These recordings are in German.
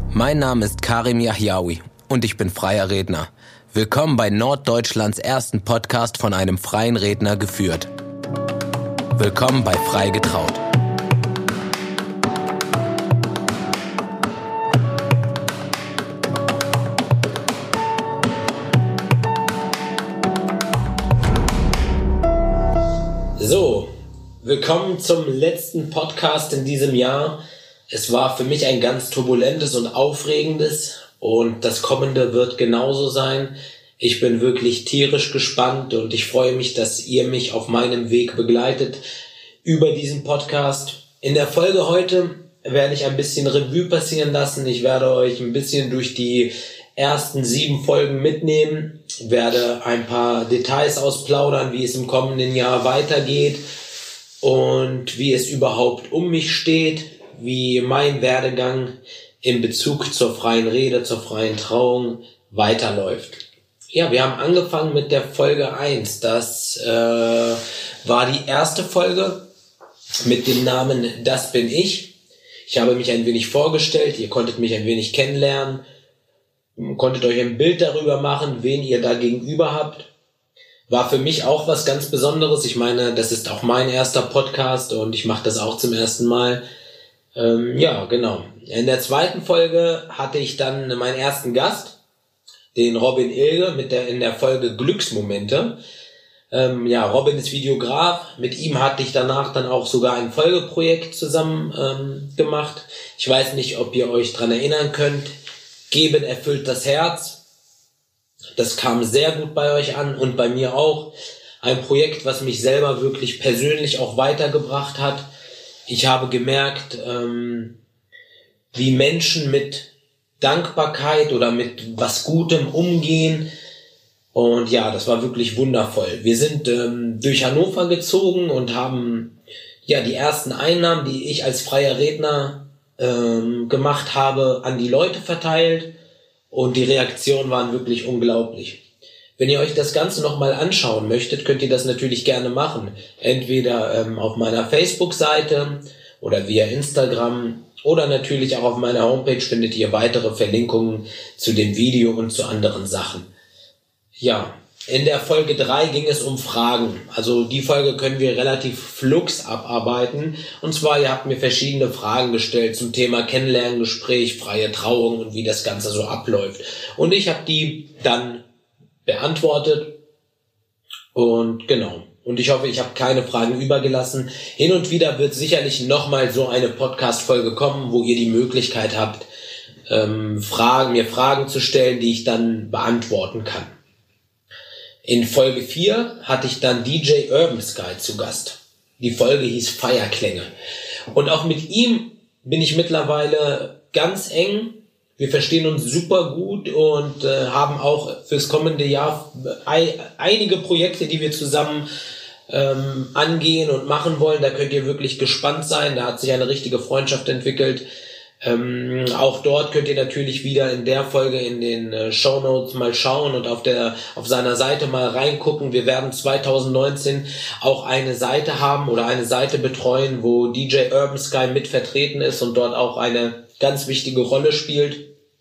Mein Name ist Karim Yahyaoui und ich bin freier Redner. Willkommen bei Norddeutschlands ersten Podcast von einem freien Redner geführt. Willkommen bei Frei getraut. So, willkommen zum letzten Podcast in diesem Jahr. Es war für mich ein ganz turbulentes und aufregendes und das kommende wird genauso sein. Ich bin wirklich tierisch gespannt und ich freue mich, dass ihr mich auf meinem Weg begleitet über diesen Podcast. In der Folge heute werde ich ein bisschen Revue passieren lassen. Ich werde euch ein bisschen durch die ersten 7 Folgen mitnehmen, werde ein paar Details ausplaudern, wie es im kommenden Jahr weitergeht und wie es überhaupt um mich steht, wie mein Werdegang in Bezug zur freien Rede, zur freien Trauung weiterläuft. Ja, wir haben angefangen mit der Folge 1. Das war die erste Folge mit dem Namen Das bin ich. Ich habe mich ein wenig vorgestellt, ihr konntet mich ein wenig kennenlernen, konntet euch ein Bild darüber machen, wen ihr da gegenüber habt. War für mich auch was ganz Besonderes. Ich meine, das ist auch mein erster Podcast und ich mache das auch zum ersten Mal. Ja, genau. In der zweiten Folge hatte ich dann meinen ersten Gast, den Robin Ilge, in der Folge Glücksmomente. Robin ist Videograf. Mit ihm hatte ich danach dann auch sogar ein Folgeprojekt zusammen gemacht. Ich weiß nicht, ob ihr euch dran erinnern könnt. Geben erfüllt das Herz. Das kam sehr gut bei euch an und bei mir auch. Ein Projekt, was mich selber wirklich persönlich auch weitergebracht hat. Ich habe gemerkt, wie Menschen mit Dankbarkeit oder mit was Gutem umgehen. Und ja, das war wirklich wundervoll. Wir sind durch Hannover gezogen und haben ja die ersten Einnahmen, die ich als freier Redner gemacht habe, an die Leute verteilt. Und die Reaktionen waren wirklich unglaublich. Wenn ihr euch das Ganze nochmal anschauen möchtet, könnt ihr das natürlich gerne machen. Entweder auf meiner Facebook-Seite oder via Instagram oder natürlich auch auf meiner Homepage findet ihr weitere Verlinkungen zu dem Video und zu anderen Sachen. Ja, in der Folge 3 ging es um Fragen. Also die Folge können wir relativ flugs abarbeiten. Und zwar, ihr habt mir verschiedene Fragen gestellt zum Thema Kennenlerngespräch, freie Trauung und wie das Ganze so abläuft. Und ich habe die dann beantwortet und genau. Und ich hoffe, ich habe keine Fragen übergelassen. Hin und wieder wird sicherlich nochmal so eine Podcast-Folge kommen, wo ihr die Möglichkeit habt, mir Fragen zu stellen, die ich dann beantworten kann. In Folge 4 hatte ich dann DJ Urban Sky zu Gast. Die Folge hieß Feierklänge. Und auch mit ihm bin ich mittlerweile ganz eng. Wir verstehen uns super gut und haben auch fürs kommende Jahr einige Projekte, die wir zusammen angehen und machen wollen. Da könnt ihr wirklich gespannt sein. Da hat sich eine richtige Freundschaft entwickelt. Auch dort könnt ihr natürlich wieder in der Folge in den Shownotes mal schauen und auf seiner Seite mal reingucken. Wir werden 2019 auch eine Seite haben oder eine Seite betreuen, wo DJ Urban Sky mit vertreten ist und dort auch eine ganz wichtige Rolle spielt.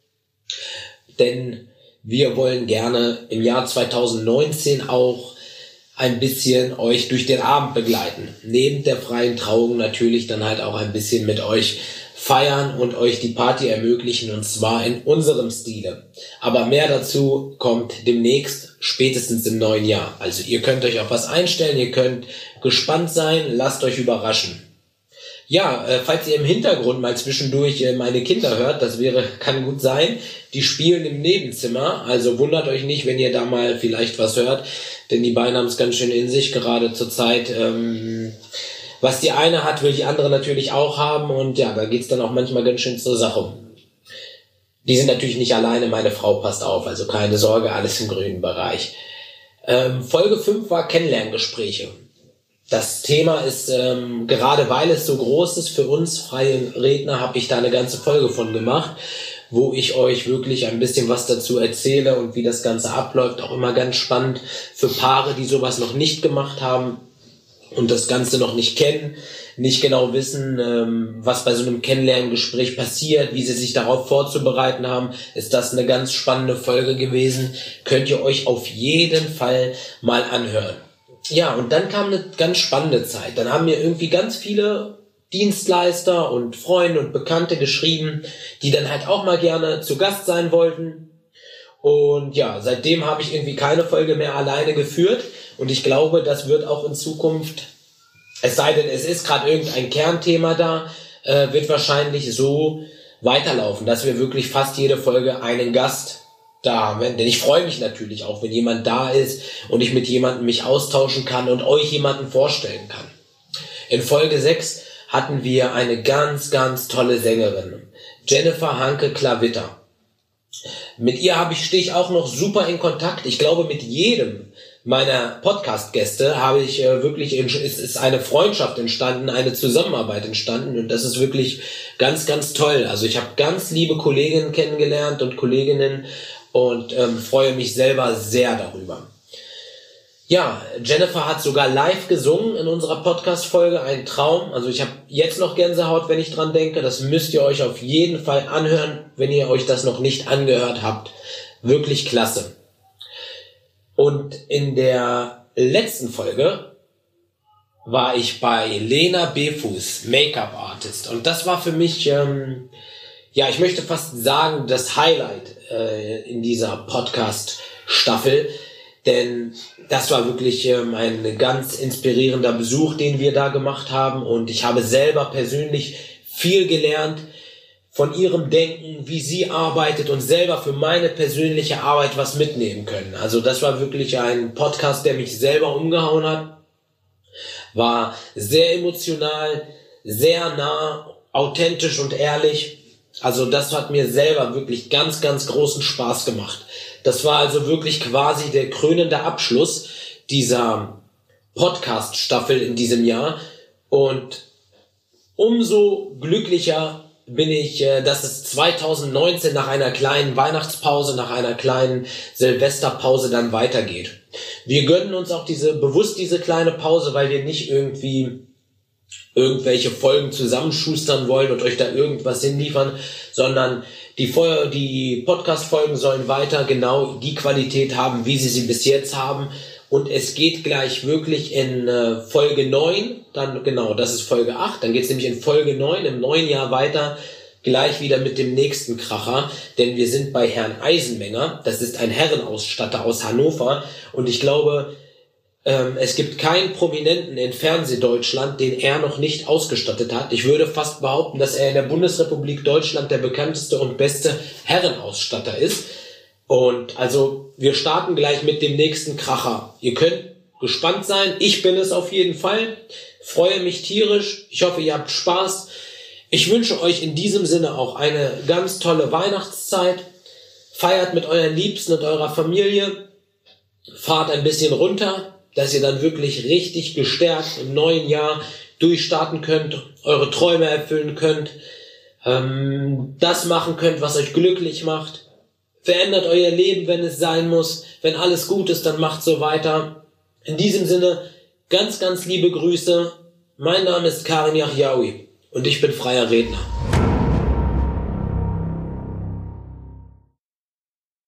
Denn wir wollen gerne im Jahr 2019 auch ein bisschen euch durch den Abend begleiten. Neben der freien Trauung natürlich dann halt auch ein bisschen mit euch feiern und euch die Party ermöglichen, und zwar in unserem Stile. Aber mehr dazu kommt demnächst, spätestens im neuen Jahr. Also ihr könnt euch auf was einstellen, ihr könnt gespannt sein, lasst euch überraschen. Ja, falls ihr im Hintergrund mal zwischendurch meine Kinder hört, kann gut sein, die spielen im Nebenzimmer, also wundert euch nicht, wenn ihr da mal vielleicht was hört, denn die beiden haben es ganz schön in sich, gerade zur Zeit. Was die eine hat, will die andere natürlich auch haben und ja, da geht's dann auch manchmal ganz schön zur Sache. Die sind natürlich nicht alleine, meine Frau passt auf, also keine Sorge, alles im grünen Bereich. Folge 5 war Kennenlerngespräche. Das Thema ist, gerade weil es so groß ist für uns freie Redner, habe ich da eine ganze Folge von gemacht, wo ich euch wirklich ein bisschen was dazu erzähle und wie das Ganze abläuft. Auch immer ganz spannend für Paare, die sowas noch nicht gemacht haben. und das Ganze noch nicht kennen, nicht genau wissen, was bei so einem Kennenlerngespräch passiert, wie sie sich darauf vorzubereiten haben, ist das eine ganz spannende Folge gewesen. Könnt ihr euch auf jeden Fall mal anhören. Ja, und dann kam eine ganz spannende Zeit. Dann haben mir irgendwie ganz viele Dienstleister und Freunde und Bekannte geschrieben, die dann halt auch mal gerne zu Gast sein wollten. Und ja, seitdem habe ich irgendwie keine Folge mehr alleine geführt. Und ich glaube, das wird auch in Zukunft, es sei denn, es ist gerade irgendein Kernthema da, wird wahrscheinlich so weiterlaufen, dass wir wirklich fast jede Folge einen Gast da haben. Denn ich freue mich natürlich auch, wenn jemand da ist und ich mit jemandem mich austauschen kann und euch jemanden vorstellen kann. In Folge 6 hatten wir eine ganz, ganz tolle Sängerin, Jennifer Hanke-Klavitter. Mit ihr stehe ich auch noch super in Kontakt. Ich glaube, mit jedem meiner Podcast-Gäste habe ich ist eine Freundschaft entstanden, eine Zusammenarbeit entstanden und das ist wirklich ganz, ganz toll. Also ich habe ganz liebe Kolleginnen kennengelernt und Kolleginnen und freue mich selber sehr darüber. Ja, Jennifer hat sogar live gesungen in unserer Podcast-Folge, ein Traum. Also ich habe jetzt noch Gänsehaut, wenn ich dran denke. Das müsst ihr euch auf jeden Fall anhören, wenn ihr euch das noch nicht angehört habt. Wirklich klasse. Und in der letzten Folge war ich bei Lena Befuß, Make-up-Artist. Und das war für mich, ich möchte fast sagen, das Highlight in dieser Podcast-Staffel. Denn das war wirklich ein ganz inspirierender Besuch, den wir da gemacht haben. Und ich habe selber persönlich viel gelernt von ihrem Denken, wie sie arbeitet und selber für meine persönliche Arbeit was mitnehmen können. Also das war wirklich ein Podcast, der mich selber umgehauen hat. War sehr emotional, sehr nah, authentisch und ehrlich. Also das hat mir selber wirklich ganz, ganz großen Spaß gemacht. Das war also wirklich quasi der krönende Abschluss dieser Podcast-Staffel in diesem Jahr. Und umso glücklicher bin ich, dass es 2019 nach einer kleinen Weihnachtspause, nach einer kleinen Silvesterpause dann weitergeht. Wir gönnen uns auch bewusst diese kleine Pause, weil wir nicht irgendwelche Folgen zusammenschustern wollen und euch da irgendwas hinliefern, sondern die Podcast-Folgen sollen weiter genau die Qualität haben, wie sie bis jetzt haben. Und es geht gleich wirklich in Folge 9, dann genau, das ist Folge 8, dann geht es nämlich in Folge 9 im neuen Jahr weiter, gleich wieder mit dem nächsten Kracher, denn wir sind bei Herrn Eisenmenger, das ist ein Herrenausstatter aus Hannover und ich glaube, es gibt keinen Prominenten in Fernsehdeutschland, den er noch nicht ausgestattet hat. Ich würde fast behaupten, dass er in der Bundesrepublik Deutschland der bekannteste und beste Herrenausstatter ist. Und also wir starten gleich mit dem nächsten Kracher. Ihr könnt gespannt sein. Ich bin es auf jeden Fall. Freue mich tierisch. Ich hoffe, ihr habt Spaß. Ich wünsche euch in diesem Sinne auch eine ganz tolle Weihnachtszeit. Feiert mit euren Liebsten und eurer Familie. Fahrt ein bisschen runter, dass ihr dann wirklich richtig gestärkt im neuen Jahr durchstarten könnt, eure Träume erfüllen könnt, das machen könnt, was euch glücklich macht. Verändert euer Leben, wenn es sein muss. Wenn alles gut ist, dann macht so weiter. In diesem Sinne, ganz, ganz liebe Grüße. Mein Name ist Karim Yahyaoui und ich bin freier Redner.